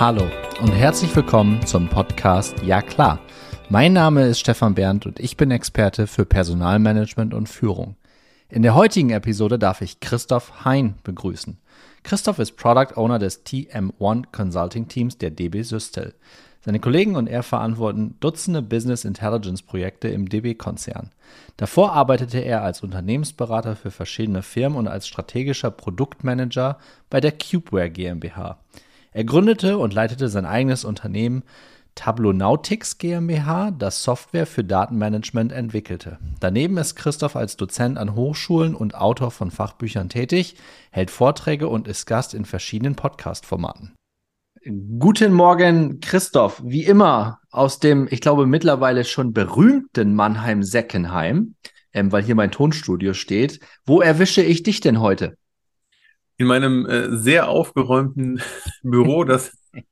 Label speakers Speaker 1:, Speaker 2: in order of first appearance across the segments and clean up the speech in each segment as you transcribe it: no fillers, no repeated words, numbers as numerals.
Speaker 1: Hallo und herzlich willkommen zum Podcast Ja klar. Mein Name ist Stefan Berndt und ich bin Experte für Personalmanagement und Führung. In der heutigen Episode darf ich Christoph Hein begrüßen. Christoph ist Product Owner des TM1 Consulting Teams der DB Systel. Seine Kollegen und er verantworten Dutzende Business Intelligence Projekte im DB-Konzern. Davor arbeitete er als Unternehmensberater für verschiedene Firmen und als strategischer Produktmanager bei der Cubeware GmbH. Er gründete und leitete sein eigenes Unternehmen Tableaunautics GmbH, das Software für Datenmanagement entwickelte. Daneben ist Christoph als Dozent an Hochschulen und Autor von Fachbüchern tätig, hält Vorträge und ist Gast in verschiedenen Podcast-Formaten. Guten Morgen, Christoph. Wie immer aus dem, ich glaube, mittlerweile schon berühmten Mannheim-Seckenheim, weil hier mein Tonstudio steht. Wo erwische ich dich denn heute?
Speaker 2: In meinem sehr aufgeräumten Büro, das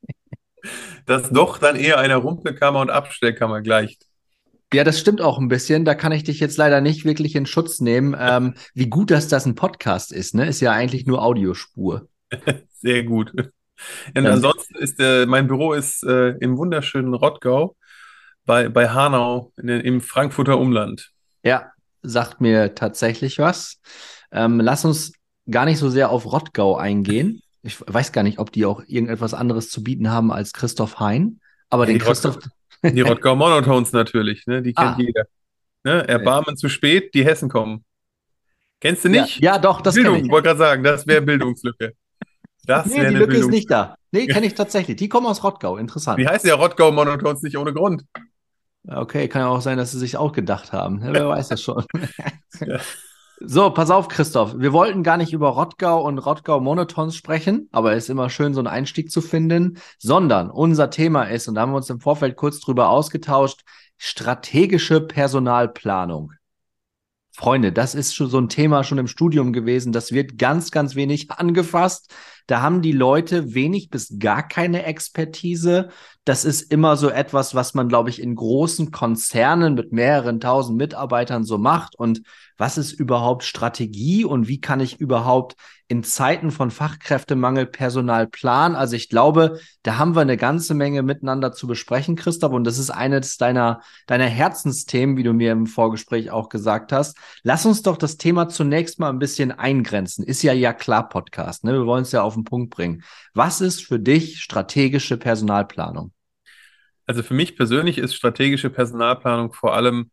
Speaker 2: doch dann eher einer Rumpelkammer und Abstellkammer gleicht.
Speaker 1: Ja, das stimmt auch ein bisschen. Da kann ich dich jetzt leider nicht wirklich in Schutz nehmen. Wie gut, dass das ein Podcast ist, ne? Ist ja eigentlich nur Audiospur.
Speaker 2: Sehr gut. Und
Speaker 1: Ähm,
Speaker 2: ansonsten ist mein Büro ist im wunderschönen Rottgau bei Hanau im Frankfurter Umland.
Speaker 1: ja, sagt mir tatsächlich was. Lass uns gar nicht so sehr auf Rottgau eingehen. Ich weiß gar nicht, ob die auch irgendetwas anderes zu bieten haben als Christoph Hein. Aber
Speaker 2: Ja,
Speaker 1: den Christoph.
Speaker 2: Die Rottgau Monotones natürlich, ne? Die kennt
Speaker 1: Ah,
Speaker 2: jeder. Ne? Erbarmen zu spät, die Hessen kommen. Kennst du
Speaker 1: ja,
Speaker 2: nicht?
Speaker 1: ja, doch, das kenne
Speaker 2: Bildung,
Speaker 1: ich.
Speaker 2: wollte gerade sagen, das wäre Bildungslücke. Das
Speaker 1: Nee,
Speaker 2: wäre
Speaker 1: die
Speaker 2: eine
Speaker 1: Lücke ist nicht
Speaker 2: Bildungslücke.
Speaker 1: da. Nee, kenne ich tatsächlich. Die kommen aus Rottgau.
Speaker 2: Die
Speaker 1: Interessant.
Speaker 2: heißen ja Rottgau Monotones nicht ohne Grund.
Speaker 1: Ja, okay, kann ja auch sein, dass sie sich auch gedacht haben. Ja, wer weiß das schon.
Speaker 2: Ja.
Speaker 1: So, pass auf, Christoph. Wir wollten gar nicht über Rottgau und Rottgau Monotons sprechen, aber es ist immer schön, so einen Einstieg zu finden, sondern unser Thema ist, und da haben wir uns im Vorfeld kurz drüber ausgetauscht, strategische Personalplanung. Freunde, das ist schon so ein Thema schon im Studium gewesen. Das wird ganz, ganz wenig angefasst. Da haben die Leute wenig bis gar keine Expertise. Das ist immer so etwas, was man, glaube ich, in großen Konzernen mit mehreren tausend Mitarbeitern so macht. Und was ist überhaupt Strategie und wie kann ich überhaupt in Zeiten von Fachkräftemangel Personal planen? Also ich glaube, da haben wir eine ganze Menge miteinander zu besprechen, Christoph. Und das ist eines deiner Herzensthemen, wie du mir im Vorgespräch auch gesagt hast. Lass uns doch das Thema zunächst mal ein bisschen eingrenzen. Ist ja klar Podcast, ne? Wir wollen es ja auf den Punkt bringen. Was ist für dich strategische Personalplanung?
Speaker 2: Also für mich persönlich ist strategische Personalplanung vor allem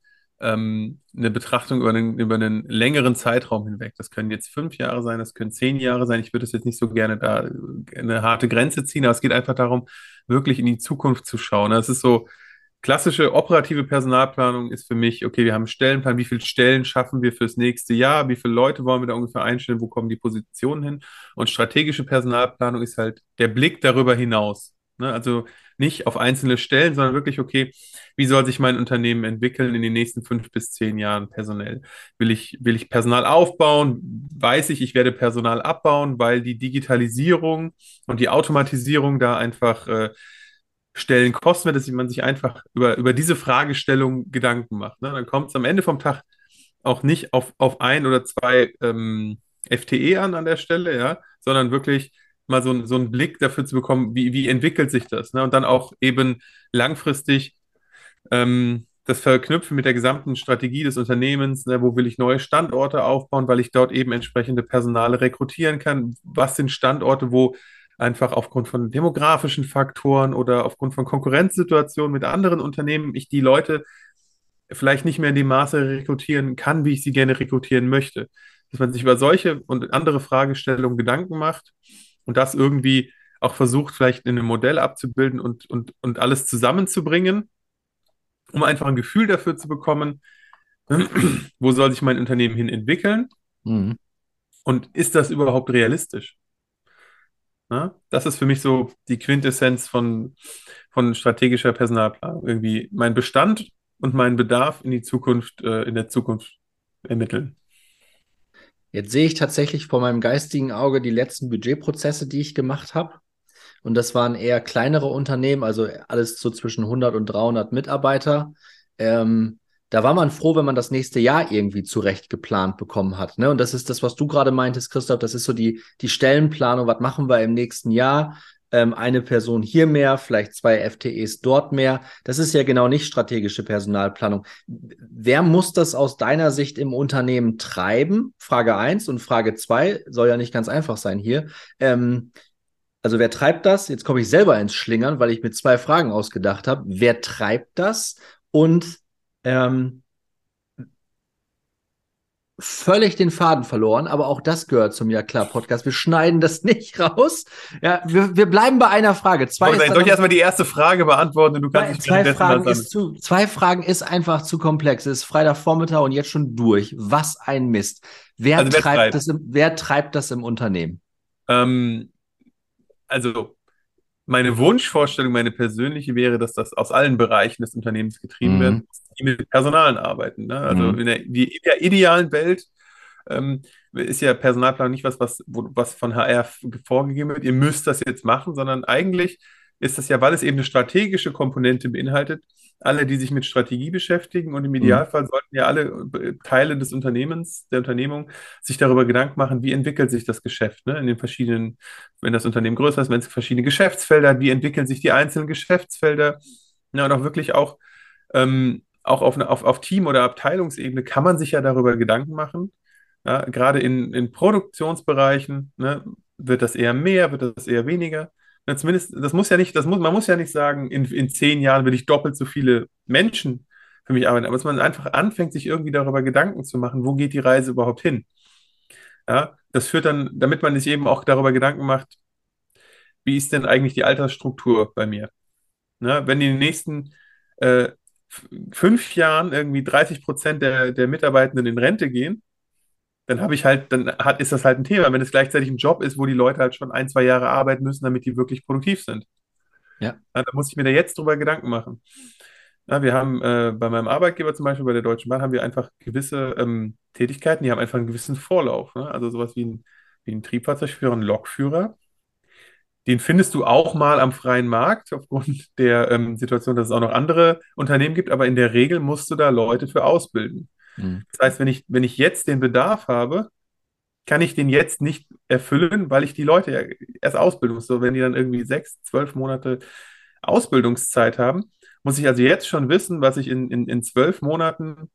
Speaker 2: eine Betrachtung über einen längeren Zeitraum hinweg. Das können jetzt 5 Jahre sein, das können 10 Jahre sein. Ich würde es jetzt nicht so gerne da eine harte Grenze ziehen, aber es geht einfach darum, wirklich in die Zukunft zu schauen. Das ist so, klassische operative Personalplanung ist für mich, okay, wir haben einen Stellenplan, wie viele Stellen schaffen wir fürs nächste Jahr, wie viele Leute wollen wir da ungefähr einstellen, wo kommen die Positionen hin? Und strategische Personalplanung ist halt der Blick darüber hinaus. Ne? Also nicht auf einzelne Stellen, sondern wirklich, okay, wie soll sich mein Unternehmen entwickeln in den nächsten 5 bis 10 Jahren personell? Will ich Personal aufbauen? Weiß ich werde Personal abbauen, weil die Digitalisierung und die Automatisierung da einfach Stellen kosten wird, dass man sich einfach über diese Fragestellung Gedanken macht. Ne? Dann kommt es am Ende vom Tag auch nicht auf ein oder zwei FTE an der Stelle, ja, sondern wirklich mal so einen Blick dafür zu bekommen, wie entwickelt sich das, ne? Und dann auch eben langfristig das Verknüpfen mit der gesamten Strategie des Unternehmens, ne? Wo will ich neue Standorte aufbauen, weil ich dort eben entsprechende Personale rekrutieren kann? Was sind Standorte, wo einfach aufgrund von demografischen Faktoren oder aufgrund von Konkurrenzsituationen mit anderen Unternehmen ich die Leute vielleicht nicht mehr in dem Maße rekrutieren kann, wie ich sie gerne rekrutieren möchte. Dass man sich über solche und andere Fragestellungen Gedanken macht und das irgendwie auch versucht, vielleicht in einem Modell abzubilden und alles zusammenzubringen, um einfach ein Gefühl dafür zu bekommen, wo soll sich mein Unternehmen hin entwickeln
Speaker 1: Mhm.
Speaker 2: und ist das überhaupt realistisch? Ja? Das ist für mich so die Quintessenz von strategischer Personalplanung. Irgendwie mein Bestand und meinen Bedarf in der Zukunft ermitteln.
Speaker 1: Jetzt sehe ich tatsächlich vor meinem geistigen Auge die letzten Budgetprozesse, die ich gemacht habe. Und das waren eher kleinere Unternehmen, also alles so zwischen 100 und 300 Mitarbeiter. Ähm, Da war man froh, wenn man das nächste Jahr irgendwie zurecht geplant bekommen hat. Ne? Und das ist das, was du gerade meintest, Christoph. Das ist so die Stellenplanung. Was machen wir im nächsten Jahr? eine Person hier mehr, vielleicht zwei FTEs dort mehr. Das ist ja genau nicht strategische Personalplanung. Wer muss das aus deiner Sicht im Unternehmen treiben? Frage eins und Frage zwei soll ja nicht ganz einfach sein hier. Also wer treibt das? Jetzt komme ich selber ins Schlingern, weil ich mir zwei Fragen ausgedacht habe. Wer treibt das? Und ähm, völlig den Faden verloren, aber auch das gehört zum Ja klar Podcast. Wir schneiden das nicht raus. Ja, wir bleiben bei einer Frage. Zwei ist
Speaker 2: Soll ich
Speaker 1: dann
Speaker 2: erstmal die erste Frage beantworten und du kannst dich währenddessen mal sammeln?
Speaker 1: zwei Fragen ist einfach zu komplex. Es ist Freitagvormittag und jetzt schon durch. Was ein Mist.
Speaker 2: Also wer treibt?
Speaker 1: Wer treibt das im Unternehmen?
Speaker 2: Ähm, also meine Wunschvorstellung, meine persönliche wäre, dass das aus allen Bereichen des Unternehmens getrieben wird,
Speaker 1: Mhm.
Speaker 2: die mit Personalen arbeiten. Ne? Also
Speaker 1: Mhm.
Speaker 2: in der idealen Welt ist ja Personalplanung nicht was von HR vorgegeben wird, ihr müsst das jetzt machen, sondern eigentlich ist das ja, weil es eben eine strategische Komponente beinhaltet, alle, die sich mit Strategie beschäftigen und im
Speaker 1: Mhm.
Speaker 2: Idealfall sollten ja alle Teile des Unternehmens, der Unternehmung, sich darüber Gedanken machen, wie entwickelt sich das Geschäft, ne? In den verschiedenen, wenn das Unternehmen größer ist, wenn es verschiedene Geschäftsfelder hat, wie entwickeln sich die einzelnen Geschäftsfelder, ja, und auch wirklich auch auf Team- oder Abteilungsebene kann man sich ja darüber Gedanken machen. Ja, gerade in Produktionsbereichen, ne, wird das eher mehr, wird das eher weniger. Ja, zumindest, man muss ja nicht sagen, in 10 Jahren will ich doppelt so viele Menschen für mich arbeiten, aber dass man einfach anfängt, sich irgendwie darüber Gedanken zu machen, wo geht die Reise überhaupt hin? Ja, das führt dann, damit man sich eben auch darüber Gedanken macht, wie ist denn eigentlich die Altersstruktur bei mir? Ne, wenn in den nächsten äh, 5 Jahren irgendwie 30% der Mitarbeitenden in Rente gehen, dann habe ich halt, ist das halt ein Thema, wenn es gleichzeitig ein Job ist, wo die Leute halt schon 1, 2 Jahre arbeiten müssen, damit die wirklich produktiv sind.
Speaker 1: Ja.
Speaker 2: Ja, da muss ich mir da jetzt drüber Gedanken machen. Ja, wir haben bei meinem Arbeitgeber zum Beispiel, bei der Deutschen Bahn, haben wir einfach gewisse Tätigkeiten, die haben einfach einen gewissen Vorlauf. Ne? Also sowas wie ein Triebfahrzeugführer, ein Lokführer. Den findest du auch mal am freien Markt, aufgrund der Situation, dass es auch noch andere Unternehmen gibt, aber in der Regel musst du da Leute für ausbilden.
Speaker 1: Mhm.
Speaker 2: Das heißt, wenn ich jetzt den Bedarf habe, kann ich den jetzt nicht erfüllen, weil ich die Leute ja erst ausbilden muss. So, wenn die dann irgendwie 6, 12 Monate Ausbildungszeit haben, muss ich also jetzt schon wissen, was ich in 12 Monaten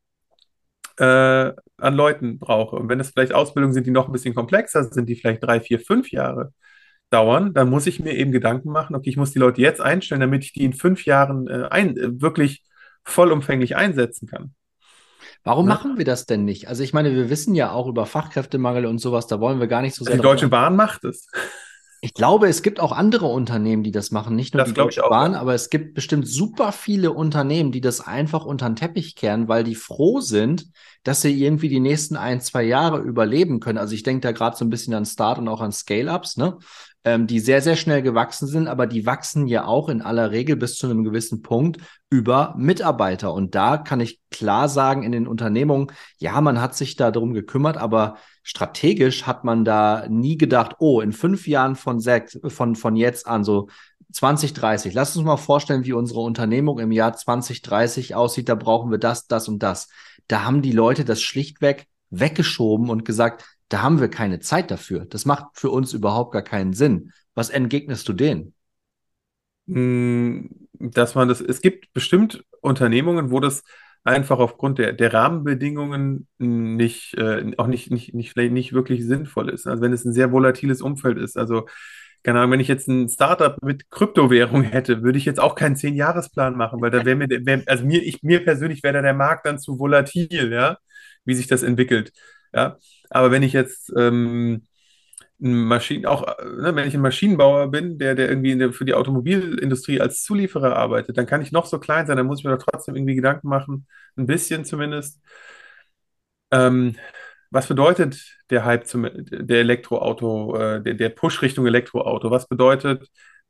Speaker 2: an Leuten brauche. Und wenn es vielleicht Ausbildungen sind, die noch ein bisschen komplexer sind, die vielleicht 3, 4, 5 Jahre dauern, dann muss ich mir eben Gedanken machen, okay, ich muss die Leute jetzt einstellen, damit ich die in 5 Jahren wirklich vollumfänglich einsetzen kann.
Speaker 1: Warum
Speaker 2: Ne?
Speaker 1: machen wir das denn nicht? Also ich meine, wir wissen ja auch über Fachkräftemangel und sowas, da wollen wir gar nicht so sehr
Speaker 2: Die
Speaker 1: drauf.
Speaker 2: Deutsche Bahn macht es.
Speaker 1: Ich glaube, es gibt auch andere Unternehmen, die das machen, nicht nur
Speaker 2: Das
Speaker 1: die
Speaker 2: glaube ich
Speaker 1: Deutsche
Speaker 2: auch,
Speaker 1: Bahn,
Speaker 2: ja.
Speaker 1: aber es gibt bestimmt super viele Unternehmen, die das einfach unter den Teppich kehren, weil die froh sind, dass sie irgendwie die nächsten ein, zwei Jahre überleben können. Also ich denke da gerade so ein bisschen an Start und auch an Scale-Ups, ne? Die sehr, sehr schnell gewachsen sind, aber die wachsen ja auch in aller Regel bis zu einem gewissen Punkt über Mitarbeiter. Und da kann ich klar sagen, in den Unternehmungen, ja, man hat sich da drum gekümmert, aber strategisch hat man da nie gedacht, oh, in 5 Jahren von jetzt an, so 2030, lass uns mal vorstellen, wie unsere Unternehmung im Jahr 2030 aussieht, da brauchen wir das, das und das. Da haben die Leute das schlichtweg weggeschoben und gesagt, da haben wir keine Zeit dafür. Das macht für uns überhaupt gar keinen Sinn. Was entgegnest du denen?
Speaker 2: Es gibt bestimmt Unternehmungen, wo das einfach aufgrund der Rahmenbedingungen vielleicht nicht wirklich sinnvoll ist. Also wenn es ein sehr volatiles Umfeld ist. Also, keine Ahnung, wenn ich jetzt ein Startup mit Kryptowährung hätte, würde ich jetzt auch keinen 10-Jahresplan machen, weil da also mir persönlich wäre da der Markt dann zu volatil, ja, wie sich das entwickelt. Ja. Aber wenn ich jetzt wenn ich ein Maschinenbauer bin, der irgendwie für die Automobilindustrie als Zulieferer arbeitet, dann kann ich noch so klein sein, dann muss ich mir doch trotzdem irgendwie Gedanken machen, ein bisschen zumindest. Ähm, Was bedeutet der Hype der Elektroauto, der Push Richtung Elektroauto? Was bedeutet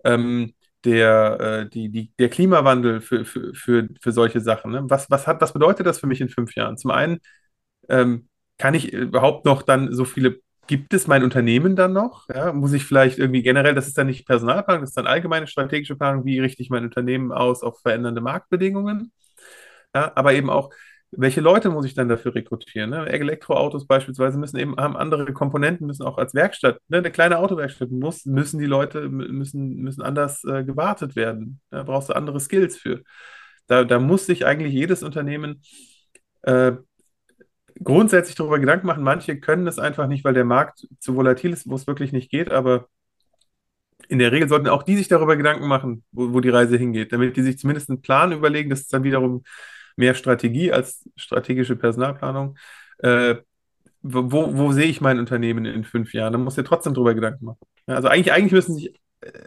Speaker 2: der Klimawandel für solche Sachen? Ne? Was bedeutet das für mich in 5 Jahren? Zum einen kann ich überhaupt noch dann so viele, gibt es mein Unternehmen dann noch? Ja, muss ich vielleicht irgendwie generell, das ist dann nicht Personalplanung, das ist dann allgemeine strategische Planung, wie richte ich mein Unternehmen aus auf verändernde Marktbedingungen? Ja, aber eben auch, welche Leute muss ich dann dafür rekrutieren? Ne? Elektroautos beispielsweise haben andere Komponenten, müssen auch als Werkstatt, ne? Eine kleine Autowerkstatt müssen die Leute müssen anders gewartet werden. Da brauchst du andere Skills für. Da muss sich eigentlich jedes Unternehmen äh, grundsätzlich darüber Gedanken machen. Manche können es einfach nicht, weil der Markt zu volatil ist, wo es wirklich nicht geht, aber in der Regel sollten auch die sich darüber Gedanken machen, wo die Reise hingeht, damit die sich zumindest einen Plan überlegen. Das ist dann wiederum mehr Strategie als strategische Personalplanung. Äh, wo sehe ich mein Unternehmen in 5 Jahren? Da muss ja trotzdem darüber Gedanken machen. Ja, also eigentlich müssen sich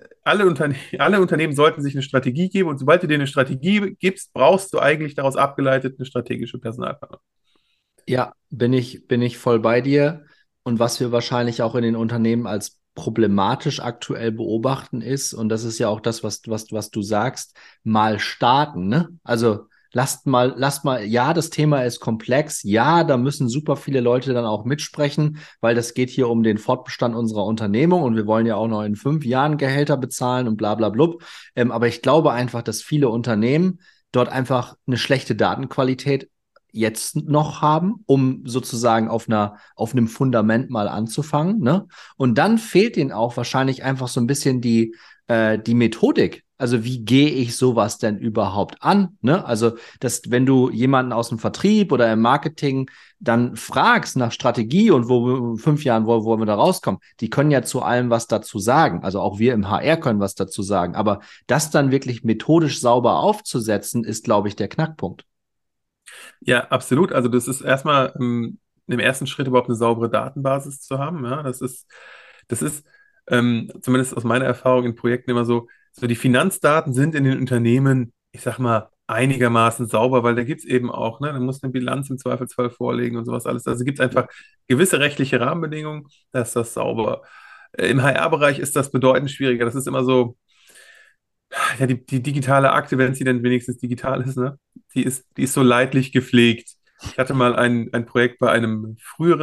Speaker 2: alle Unternehmen sollten sich eine Strategie geben und sobald du dir eine Strategie gibst, brauchst du eigentlich daraus abgeleitet eine strategische Personalplanung.
Speaker 1: Ja, bin ich voll bei dir. Und was wir wahrscheinlich auch in den Unternehmen als problematisch aktuell beobachten ist, und das ist ja auch das, was du sagst, mal starten, ne? Also lasst mal, ja, das Thema ist komplex, ja, da müssen super viele Leute dann auch mitsprechen, weil das geht hier um den Fortbestand unserer Unternehmung und wir wollen ja auch noch in 5 Jahren Gehälter bezahlen und bla bla blub. Aber ich glaube einfach, dass viele Unternehmen dort einfach eine schlechte Datenqualität jetzt noch haben, um sozusagen auf einem Fundament mal anzufangen, ne? Und dann fehlt ihnen auch wahrscheinlich einfach so ein bisschen die Methodik. Also wie gehe ich sowas denn überhaupt an? Ne? Also, wenn du jemanden aus dem Vertrieb oder im Marketing dann fragst nach Strategie und wo wir in 5 Jahren wollen wir da rauskommen, die können ja zu allem was dazu sagen. Also auch wir im HR können was dazu sagen. Aber das dann wirklich methodisch sauber aufzusetzen, ist, glaube ich, der Knackpunkt.
Speaker 2: Ja, absolut. Also das ist erstmal im ersten Schritt überhaupt eine saubere Datenbasis zu haben. Ja, das ist zumindest aus meiner Erfahrung in Projekten immer so die Finanzdaten sind in den Unternehmen, ich sag mal, einigermaßen sauber, weil da gibt es eben auch, ne, da muss eine Bilanz im Zweifelsfall vorlegen und sowas alles. Also gibt es einfach gewisse rechtliche Rahmenbedingungen, da ist das sauber. Im HR-Bereich ist das bedeutend schwieriger. Das ist immer so, ja, die digitale Akte, wenn sie denn wenigstens digital ist, ne? Die ist so leidlich gepflegt. Ich hatte mal ein Projekt bei einem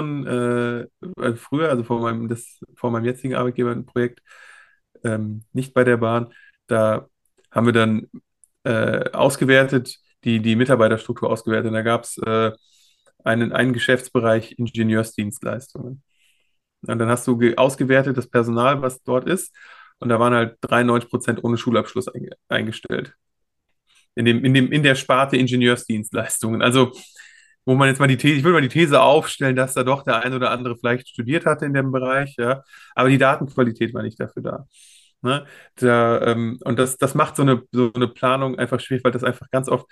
Speaker 2: also vor meinem jetzigen Arbeitgeber ein Projekt, nicht bei der Bahn. Da haben wir dann ausgewertet, die Mitarbeiterstruktur ausgewertet. Und da gab es einen Geschäftsbereich Ingenieursdienstleistungen. Und dann hast du ausgewertet das Personal, was dort ist. Und da waren halt 93% ohne Schulabschluss eingestellt. In der Sparte Ingenieursdienstleistungen. Also, wo man jetzt mal ich will mal die These aufstellen, dass da doch der ein oder andere vielleicht studiert hatte in dem Bereich, ja. Aber die Datenqualität war nicht dafür da. Ne? Und das macht so eine Planung einfach schwierig, weil das einfach ganz oft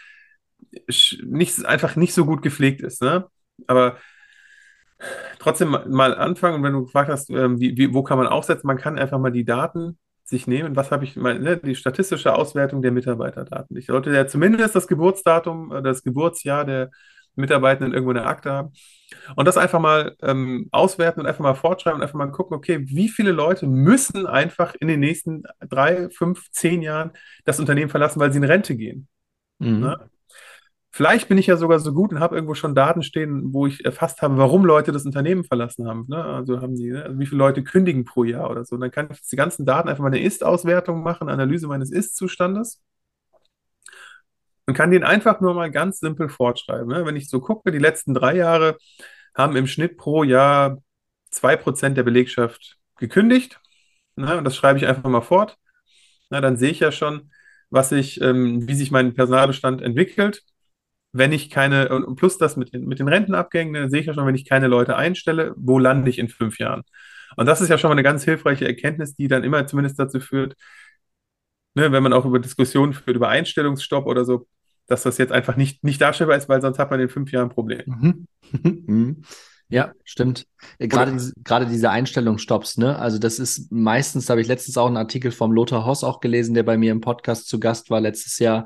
Speaker 2: einfach nicht so gut gepflegt ist. Ne? Aber trotzdem mal anfangen und wenn du gefragt hast, wo kann man aufsetzen, man kann einfach mal die Daten sich nehmen. Was habe ich mal, ne, die statistische Auswertung der Mitarbeiterdaten. Ich sollte ja zumindest das Geburtsdatum, das Geburtsjahr der Mitarbeitenden irgendwo in der Akte haben. Und das einfach mal auswerten und einfach mal fortschreiben und einfach mal gucken, okay, wie viele Leute müssen einfach in den nächsten 3, 5, 10 Jahren das Unternehmen verlassen, weil sie in Rente gehen. Ne?
Speaker 1: Mhm.
Speaker 2: Vielleicht bin ich ja sogar so gut und habe irgendwo schon Daten stehen, wo ich erfasst habe, warum Leute das Unternehmen verlassen haben. Ne? Also haben sie, ne? Also wie viele Leute kündigen pro Jahr oder so. Und dann kann ich die ganzen Daten einfach mal eine Ist-Auswertung machen, Analyse meines Ist-Zustandes und kann den einfach nur mal ganz simpel fortschreiben. Ne? Wenn ich so gucke, die letzten 3 Jahre haben im Schnitt pro Jahr 2% der Belegschaft gekündigt. Ne? Und das schreibe ich einfach mal fort. Na, dann sehe ich ja schon, wie sich mein Personalbestand entwickelt. Wenn ich keine, und plus das mit den Rentenabgängen, dann sehe ich ja schon, wenn ich keine Leute einstelle, wo lande ich in 5 Jahren? Und das ist ja schon mal eine ganz hilfreiche Erkenntnis, die dann immer zumindest dazu führt, ne, wenn man auch über Diskussionen führt, über Einstellungsstopp oder so, dass das jetzt einfach nicht darstellbar ist, weil sonst hat man in 5 Jahren ein Problem.
Speaker 1: Mhm. Mhm.
Speaker 2: Ne?
Speaker 1: Ja, stimmt.
Speaker 2: Oder,
Speaker 1: Gerade diese Einstellungsstopps, ne? Also das ist meistens, da habe ich letztens auch einen Artikel vom Lothar Hoss auch gelesen, der bei mir im Podcast zu Gast war letztes Jahr,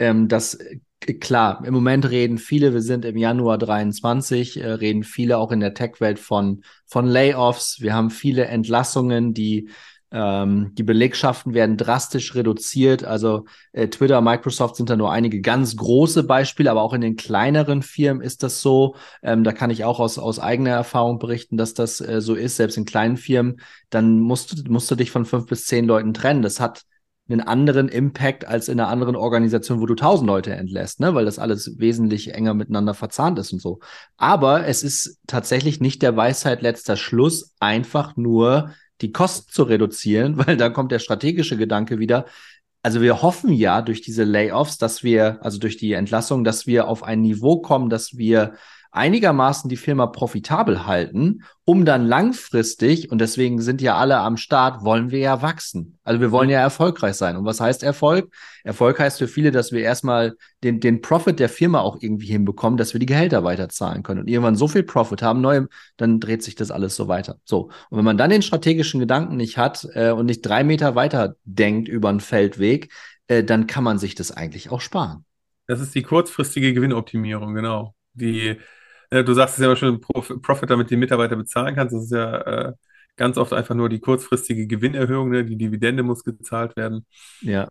Speaker 1: klar, im Moment reden viele, wir sind im Januar 23, reden viele auch in der Tech-Welt von Layoffs. Wir haben viele Entlassungen, die Belegschaften werden drastisch reduziert. Also Twitter, Microsoft sind da nur einige ganz große Beispiele, aber auch in den kleineren Firmen ist das so. Da kann ich auch aus eigener Erfahrung berichten, dass das so ist. Selbst in kleinen Firmen, dann musst du dich von 5 bis 10 Leuten trennen. Das hat einen anderen Impact als in einer anderen Organisation, wo du 1000 Leute entlässt, ne? Weil das alles wesentlich enger miteinander verzahnt ist und so. Aber es ist tatsächlich nicht der Weisheit letzter Schluss, einfach nur die Kosten zu reduzieren, weil da kommt der strategische Gedanke wieder. Also wir hoffen ja durch diese Layoffs, also durch die Entlassung, dass wir auf ein Niveau kommen, dass wir einigermaßen die Firma profitabel halten, um dann langfristig, und deswegen sind ja alle am Start, wollen wir ja wachsen. Also wir wollen ja erfolgreich sein. Und was heißt Erfolg? Erfolg heißt für viele, dass wir erstmal den Profit der Firma auch irgendwie hinbekommen, dass wir die Gehälter weiterzahlen können. Und irgendwann so viel Profit haben, dann dreht sich das alles so weiter. So. Und wenn man dann den strategischen Gedanken nicht hat und nicht 3 Meter weiter denkt über einen Feldweg, dann kann man sich das eigentlich auch sparen.
Speaker 2: Das ist die kurzfristige Gewinnoptimierung, genau. Du sagst es ja immer schon, Profit, damit die Mitarbeiter bezahlen kannst. Das ist ja ganz oft einfach nur die kurzfristige Gewinnerhöhung, ne? Die Dividende muss gezahlt werden.
Speaker 1: Ja.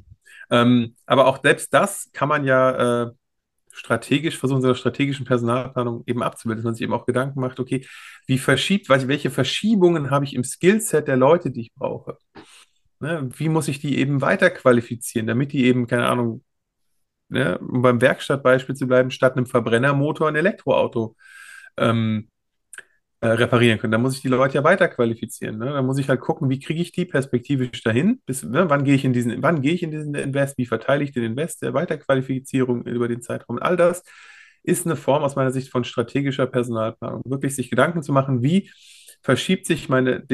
Speaker 2: Aber auch selbst das kann man ja strategisch versuchen, so einer strategischen Personalplanung eben abzubilden, dass man sich eben auch Gedanken macht, okay, welche Verschiebungen habe ich im Skillset der Leute, die ich brauche? Ne? Wie muss ich die eben weiter qualifizieren, damit die eben, keine Ahnung, ne, um beim Werkstattbeispiel zu bleiben, statt einem Verbrennermotor ein Elektroauto ähm, reparieren können. Da muss ich die Leute ja weiter qualifizieren. Ne? Da muss ich halt gucken, wie kriege ich die perspektivisch dahin? Wann gehe ich in diesen Invest? Wie verteile ich den Invest der Weiterqualifizierung über den Zeitraum? Und all das ist eine Form aus meiner Sicht von strategischer Personalplanung. Wirklich sich Gedanken zu machen, wie verschiebt sich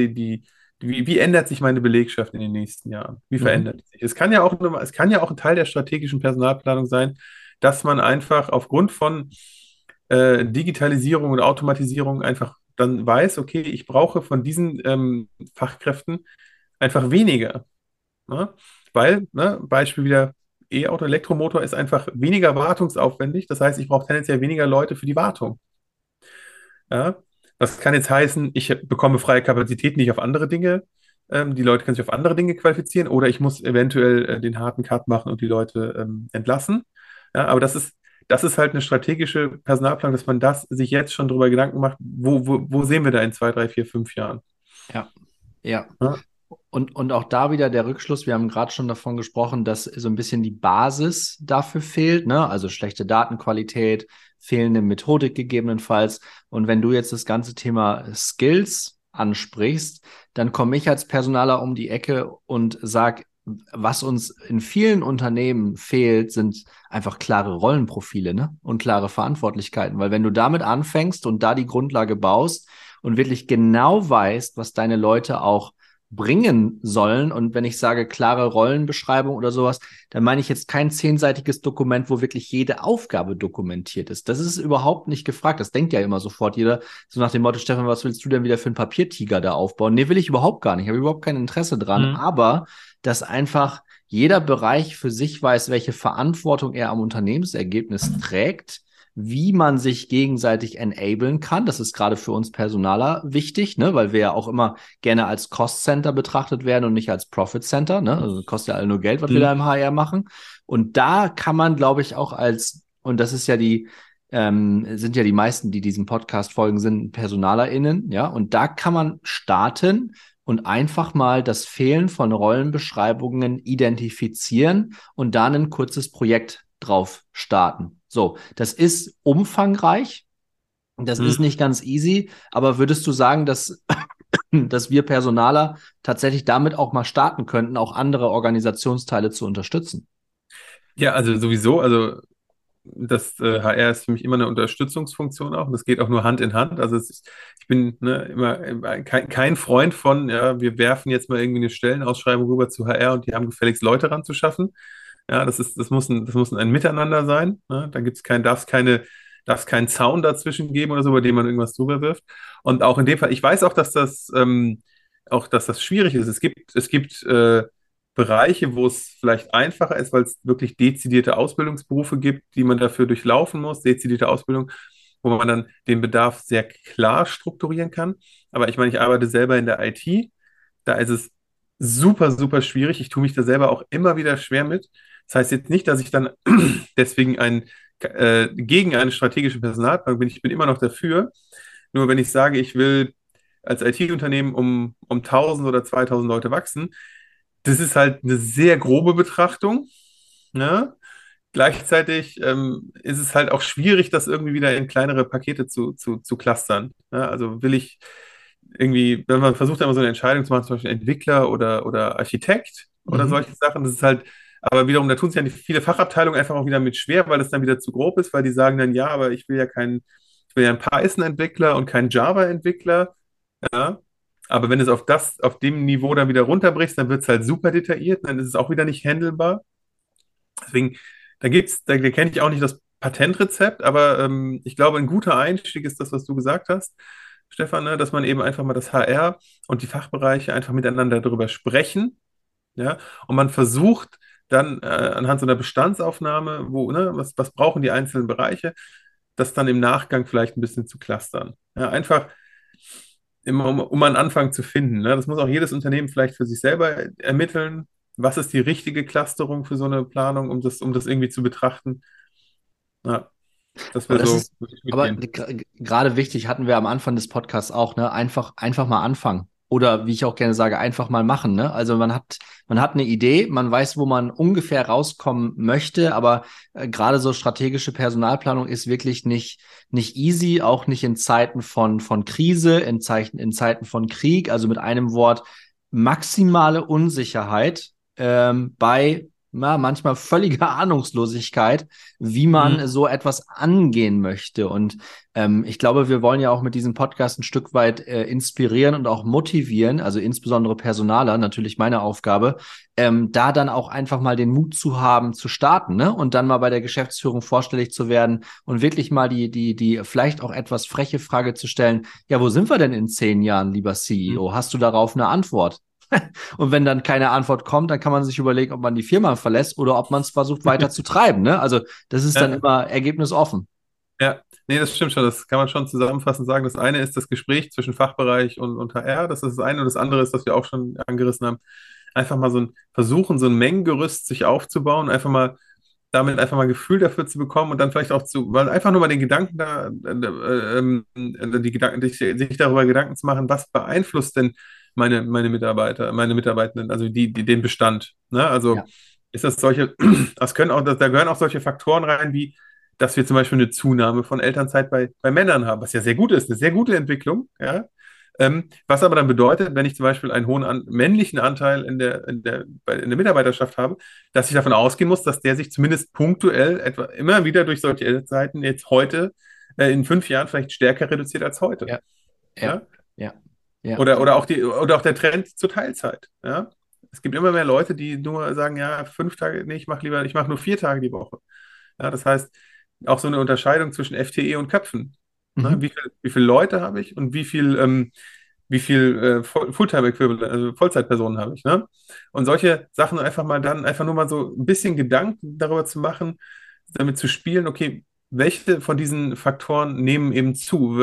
Speaker 2: wie ändert sich meine Belegschaft in den nächsten Jahren? Wie
Speaker 1: Mhm.
Speaker 2: verändert die sich? Es kann ja auch ein Teil der strategischen Personalplanung sein, dass man einfach aufgrund von Digitalisierung und Automatisierung einfach dann weiß, okay, ich brauche von diesen Fachkräften einfach weniger. Ne? Weil, ne, Beispiel wieder, E-Auto, Elektromotor ist einfach weniger wartungsaufwendig. Das heißt, ich brauche tendenziell weniger Leute für die Wartung. Ja? Das kann jetzt heißen, ich bekomme freie Kapazitäten, die ich auf andere Dinge, die Leute können sich auf andere Dinge qualifizieren, oder ich muss eventuell den harten Cut machen und die Leute entlassen. Ja, aber das ist halt eine strategische Personalplanung, dass man das sich jetzt schon darüber Gedanken macht, wo sehen wir da in 2, 3, 4, 5 Jahren?
Speaker 1: Ja, ja.
Speaker 2: Ja,
Speaker 1: Und auch da wieder der Rückschluss, wir haben gerade schon davon gesprochen, dass so ein bisschen die Basis dafür fehlt, ne? Also schlechte Datenqualität, fehlende Methodik gegebenenfalls. Und wenn du jetzt das ganze Thema Skills ansprichst, dann komme ich als Personaler um die Ecke und sag, was uns in vielen Unternehmen fehlt, sind einfach klare Rollenprofile, ne? Und klare Verantwortlichkeiten. Weil wenn du damit anfängst und da die Grundlage baust und wirklich genau weißt, was deine Leute auch bringen sollen. Und wenn ich sage klare Rollenbeschreibung oder sowas, dann meine ich jetzt kein 10-seitiges Dokument, wo wirklich jede Aufgabe dokumentiert ist. Das ist überhaupt nicht gefragt. Das denkt ja immer sofort jeder. So nach dem Motto, Stefan, was willst du denn wieder für einen Papiertiger da aufbauen? Nee, will ich überhaupt gar nicht. Habe überhaupt kein Interesse dran.
Speaker 2: mhm.
Speaker 1: Aber dass einfach jeder Bereich für sich weiß, welche Verantwortung er am Unternehmensergebnis trägt, wie man sich gegenseitig enablen kann. Das ist gerade für uns Personaler wichtig, ne? Weil wir ja auch immer gerne als Cost Center betrachtet werden und nicht als Profit Center. Ne? Also kostet ja alle nur Geld, was wir da
Speaker 2: Mhm.
Speaker 1: im HR machen. Und da kann man, glaube ich, auch und das ist ja sind ja die meisten, die diesem Podcast folgen, sind PersonalerInnen, ja. Und da kann man starten und einfach mal das Fehlen von Rollenbeschreibungen identifizieren und dann ein kurzes Projekt drauf starten. So, das ist umfangreich, das ist
Speaker 2: Mhm.
Speaker 1: nicht ganz easy, aber würdest du sagen, dass wir Personaler tatsächlich damit auch mal starten könnten, auch andere Organisationsteile zu unterstützen?
Speaker 2: Ja, also sowieso, also das HR ist für mich immer eine Unterstützungsfunktion auch, und das geht auch nur Hand in Hand. Ich bin ne, immer kein Freund von, ja, wir werfen jetzt mal irgendwie eine Stellenausschreibung rüber zu HR und die haben gefälligst Leute ranzuschaffen. Ja, das muss ein Miteinander sein. Ne? Da darf es keinen Zaun dazwischen geben oder so, bei dem man irgendwas drüber wirft. Und auch in dem Fall, ich weiß auch, dass das schwierig ist. Es gibt Bereiche, wo es vielleicht einfacher ist, weil es wirklich dezidierte Ausbildungsberufe gibt, die man dafür durchlaufen muss, dezidierte Ausbildung, wo man dann den Bedarf sehr klar strukturieren kann. Aber ich meine, ich arbeite selber in der IT, da ist es super, super schwierig. Ich tue mich da selber auch immer wieder schwer mit. Das heißt jetzt nicht, dass ich dann deswegen gegen eine strategische Personalplanung bin. Ich bin immer noch dafür. Nur wenn ich sage, ich will als IT-Unternehmen um 1000 oder 2000 Leute wachsen, das ist halt eine sehr grobe Betrachtung, ne? Gleichzeitig ist es halt auch schwierig, das irgendwie wieder in kleinere Pakete zu clustern. Ne? Also will ich irgendwie, wenn man versucht, immer so eine Entscheidung zu machen, zum Beispiel Entwickler oder Architekt oder
Speaker 1: Mhm.
Speaker 2: solche Sachen, das ist halt, aber wiederum, da tun sich ja nicht viele Fachabteilungen einfach auch wieder mit schwer, weil es dann wieder zu grob ist, weil die sagen dann, ja, aber ich will ja einen Python-Entwickler und keinen Java-Entwickler, ja. Aber wenn du es auf dem Niveau dann wieder runterbrichst, dann wird es halt super detailliert, dann ist es auch wieder nicht handelbar. Deswegen, da kenne ich auch nicht das Patentrezept, aber ich glaube, ein guter Einstieg ist das, was du gesagt hast, Stefan, ne? Dass man eben einfach mal das HR und die Fachbereiche einfach miteinander darüber sprechen, ja, und man versucht dann anhand so einer Bestandsaufnahme, was brauchen die einzelnen Bereiche, das dann im Nachgang vielleicht ein bisschen zu clustern. Ja, einfach immer, um einen Anfang zu finden. Ne? Das muss auch jedes Unternehmen vielleicht für sich selber ermitteln. Was ist die richtige Clusterung für so eine Planung, um das irgendwie zu betrachten? Ja, das
Speaker 1: Aber
Speaker 2: wäre
Speaker 1: das
Speaker 2: so,
Speaker 1: ist,
Speaker 2: würde ich
Speaker 1: aber
Speaker 2: mitgehen.
Speaker 1: gerade wichtig hatten wir am Anfang des Podcasts auch, ne? Einfach mal anfangen. Oder wie ich auch gerne sage, einfach mal machen, ne? Also man hat eine Idee, man weiß, wo man ungefähr rauskommen möchte, aber gerade so strategische Personalplanung ist wirklich nicht easy, auch nicht in Zeiten von Krise, in Zeiten von Krieg, also mit einem Wort maximale Unsicherheit bei manchmal völliger Ahnungslosigkeit, wie man
Speaker 2: Mhm.
Speaker 1: so etwas angehen möchte. Und ich glaube, wir wollen ja auch mit diesem Podcast ein Stück weit inspirieren und auch motivieren, also insbesondere Personaler, natürlich meine Aufgabe, da dann auch einfach mal den Mut zu haben, zu starten, ne? Und dann mal bei der Geschäftsführung vorstellig zu werden und wirklich mal die vielleicht auch etwas freche Frage zu stellen, ja, wo sind wir denn in 10 Jahren, lieber
Speaker 2: Mhm.
Speaker 1: CEO? Hast du darauf eine Antwort? Und wenn dann keine Antwort kommt, dann kann man sich überlegen, ob man die Firma verlässt oder ob man es versucht weiter zu treiben. Ne? Also das ist dann
Speaker 2: Ja,
Speaker 1: immer ergebnisoffen.
Speaker 2: ja, nee, das stimmt schon. Das kann man schon zusammenfassend sagen. Das eine ist das Gespräch zwischen Fachbereich und HR. Das ist das eine. Und das andere ist, was wir auch schon angerissen haben, einfach mal versuchen, so ein Mengengerüst sich aufzubauen, damit einfach mal Gefühl dafür zu bekommen und dann vielleicht auch weil einfach nur mal den Gedanken die Gedanken, sich darüber Gedanken zu machen, was beeinflusst denn meine Mitarbeiter, meine Mitarbeitenden, also den Bestand. Ne? Also
Speaker 1: Ja.
Speaker 2: ist das solche, da gehören auch solche Faktoren rein, wie, dass wir zum Beispiel eine Zunahme von Elternzeit bei Männern haben, was ja sehr gut ist, eine sehr gute Entwicklung, ja. Was aber dann bedeutet, wenn ich zum Beispiel einen hohen männlichen Anteil in der Mitarbeiterschaft habe, dass ich davon ausgehen muss, dass der sich zumindest punktuell etwa immer wieder durch solche Zeiten jetzt heute in 5 Jahren vielleicht stärker reduziert als heute.
Speaker 1: Ja, ja,
Speaker 2: Ja?
Speaker 1: ja, ja.
Speaker 2: Oder auch der Trend zur Teilzeit. Ja? Es gibt immer mehr Leute, die nur sagen, ja, 5 Tage, nee, ich mache nur 4 Tage die Woche. Ja, das heißt, auch so eine Unterscheidung zwischen FTE und Köpfen. Ne?
Speaker 1: Mhm.
Speaker 2: Wie viele Leute habe ich und wie viel Fulltime-Equivalent, also Vollzeitpersonen habe ich, ne? Und solche Sachen einfach nur mal so ein bisschen Gedanken darüber zu machen, damit zu spielen, okay, welche von diesen Faktoren nehmen eben zu?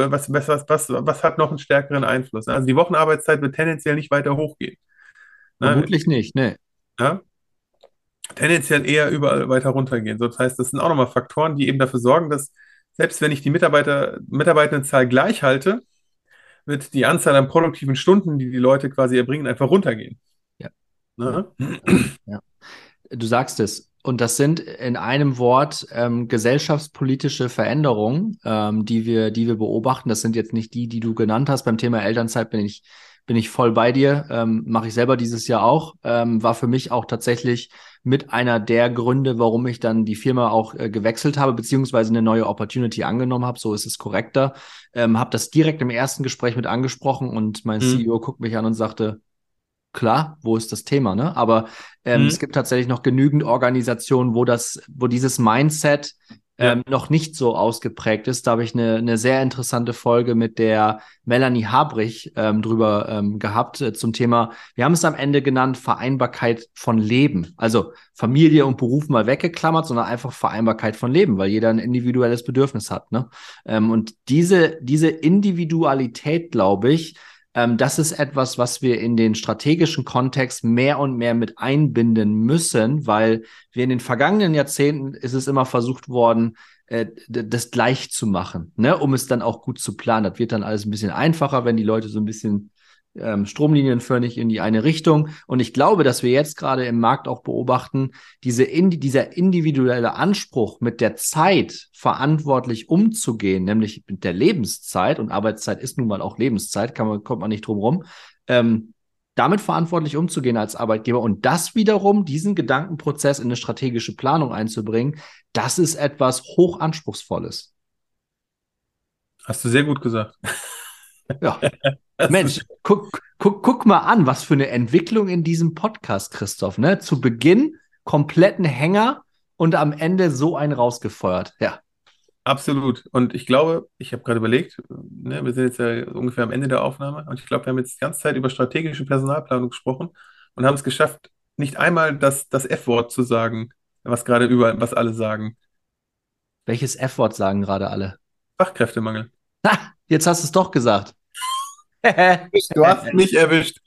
Speaker 2: Was hat noch einen stärkeren Einfluss? Also die Wochenarbeitszeit wird tendenziell nicht weiter hochgehen. Ne?
Speaker 1: Vermutlich nicht, ne.
Speaker 2: Ja? Tendenziell eher überall weiter runtergehen. So, das heißt, das sind auch nochmal Faktoren, die eben dafür sorgen, dass selbst wenn ich die Mitarbeitendenzahl gleich halte, wird die Anzahl an produktiven Stunden, die die Leute quasi erbringen, einfach runtergehen.
Speaker 1: Ja, ja,
Speaker 2: Ne?
Speaker 1: ja, ja. Du sagst es. Und das sind in einem Wort gesellschaftspolitische Veränderungen, die wir beobachten. Das sind jetzt nicht die, die du genannt hast. Beim Thema Elternzeit bin ich voll bei dir. Mache ich selber dieses Jahr auch. War für mich auch tatsächlich mit einer der Gründe, warum ich dann die Firma auch gewechselt habe, beziehungsweise eine neue Opportunity angenommen habe. So ist es korrekter. Habe das direkt im ersten Gespräch mit angesprochen und mein
Speaker 2: Mhm.
Speaker 1: CEO guckt mich an und sagte, klar, wo ist das Thema, ne? Aber es
Speaker 2: Mhm.
Speaker 1: gibt tatsächlich noch genügend Organisationen, wo dieses Mindset
Speaker 2: Ja.
Speaker 1: noch nicht so ausgeprägt ist. Da habe ich eine sehr interessante Folge mit der Melanie Habrich drüber gehabt zum Thema, wir haben es am Ende genannt, Vereinbarkeit von Leben. Also Familie und Beruf mal weggeklammert, sondern einfach Vereinbarkeit von Leben, weil jeder ein individuelles Bedürfnis hat, ne? Und diese Individualität, glaube ich, das ist etwas, was wir in den strategischen Kontext mehr und mehr mit einbinden müssen, weil wir in den vergangenen Jahrzehnten ist es immer versucht worden, das gleich zu machen, ne, um es dann auch gut zu planen. Das wird dann alles ein bisschen einfacher, wenn die Leute so ein bisschen stromlinienförmig in die eine Richtung. Und ich glaube, dass wir jetzt gerade im Markt auch beobachten, dieser individuelle Anspruch, mit der Zeit verantwortlich umzugehen, nämlich mit der Lebenszeit, und Arbeitszeit ist nun mal auch Lebenszeit, kommt man nicht drum rum, damit verantwortlich umzugehen als Arbeitgeber und das wiederum, diesen Gedankenprozess in eine strategische Planung einzubringen, das ist etwas Hochanspruchsvolles.
Speaker 2: Hast du sehr gut gesagt.
Speaker 1: Ja. Mensch, guck mal an, was für eine Entwicklung in diesem Podcast, Christoph, ne? Zu Beginn kompletten Hänger und am Ende so einen rausgefeuert. Ja.
Speaker 2: Absolut. Und ich glaube, ich habe gerade überlegt, ne, wir sind jetzt ja ungefähr am Ende der Aufnahme und ich glaube, wir haben jetzt die ganze Zeit über strategische Personalplanung gesprochen und haben es geschafft, nicht einmal das F-Wort zu sagen, was alle sagen.
Speaker 1: Welches F-Wort sagen gerade alle?
Speaker 2: Fachkräftemangel.
Speaker 1: Ha, jetzt hast du es doch gesagt.
Speaker 2: Du hast mich erwischt.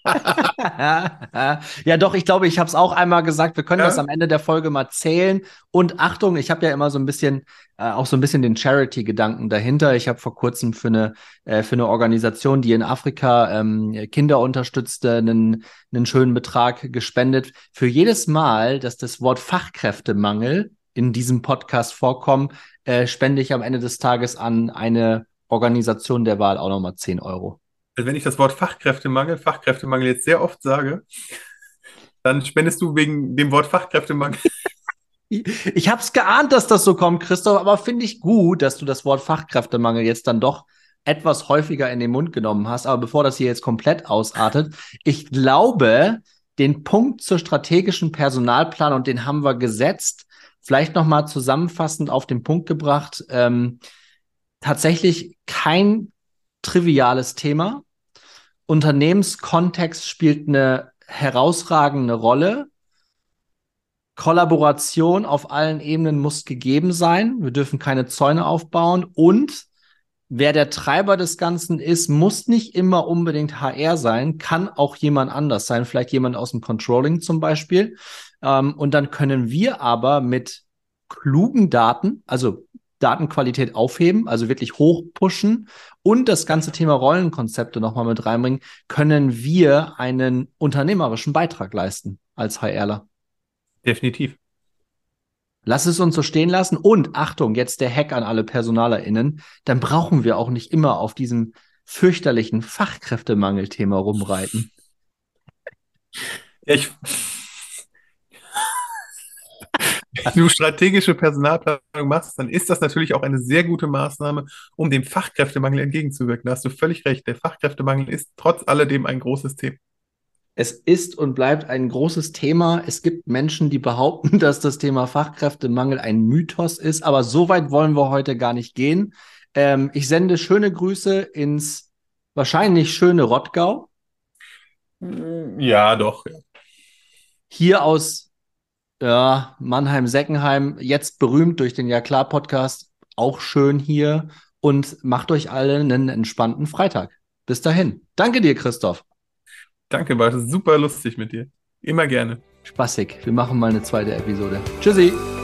Speaker 1: Ja, doch, ich glaube, ich habe es auch einmal gesagt. Wir können das
Speaker 2: Ja?
Speaker 1: am Ende der Folge mal zählen. Und Achtung, ich habe ja immer so ein bisschen, auch so ein bisschen den Charity-Gedanken dahinter. Ich habe vor kurzem für eine Organisation, die in Afrika Kinder unterstützt, einen schönen Betrag gespendet. Für jedes Mal, dass das Wort Fachkräftemangel in diesem Podcast vorkommt, spende ich am Ende des Tages an eine Organisation der Wahl auch nochmal 10 Euro.
Speaker 2: Also wenn ich das Wort Fachkräftemangel jetzt sehr oft sage, dann spendest du wegen dem Wort Fachkräftemangel.
Speaker 1: Ich habe es geahnt, dass das so kommt, Christoph, aber finde ich gut, dass du das Wort Fachkräftemangel jetzt dann doch etwas häufiger in den Mund genommen hast. Aber bevor das hier jetzt komplett ausartet, ich glaube, den Punkt zur strategischen Personalplanung, und den haben wir gesetzt, vielleicht noch mal zusammenfassend auf den Punkt gebracht, tatsächlich kein triviales Thema. Unternehmenskontext spielt eine herausragende Rolle. Kollaboration auf allen Ebenen muss gegeben sein. Wir dürfen keine Zäune aufbauen. Und wer der Treiber des Ganzen ist, muss nicht immer unbedingt HR sein, kann auch jemand anders sein, vielleicht jemand aus dem Controlling zum Beispiel. Und dann können wir aber mit klugen Daten, also Datenqualität aufheben, also wirklich hoch pushen und das ganze Thema Rollenkonzepte nochmal mit reinbringen, können wir einen unternehmerischen Beitrag leisten als HRler.
Speaker 2: Definitiv.
Speaker 1: Lass es uns so stehen lassen. Und Achtung, jetzt der Hack an alle PersonalerInnen. Dann brauchen wir auch nicht immer auf diesem fürchterlichen Fachkräftemangelthema rumreiten.
Speaker 2: Ja, wenn du strategische Personalplanung machst, dann ist das natürlich auch eine sehr gute Maßnahme, um dem Fachkräftemangel entgegenzuwirken. Da hast du völlig recht. Der Fachkräftemangel ist trotz alledem ein großes Thema.
Speaker 1: Es ist und bleibt ein großes Thema. Es gibt Menschen, die behaupten, dass das Thema Fachkräftemangel ein Mythos ist. Aber so weit wollen wir heute gar nicht gehen. Ich sende schöne Grüße ins wahrscheinlich schöne Rottgau.
Speaker 2: Ja, doch. Ja.
Speaker 1: Hier aus Mannheim-Seckenheim, jetzt berühmt durch den Ja klar Podcast, auch schön hier und macht euch alle einen entspannten Freitag. Bis dahin. Danke dir, Christoph.
Speaker 2: Danke, war super lustig mit dir. Immer gerne.
Speaker 1: Spaßig. Wir machen mal eine zweite Episode. Tschüssi.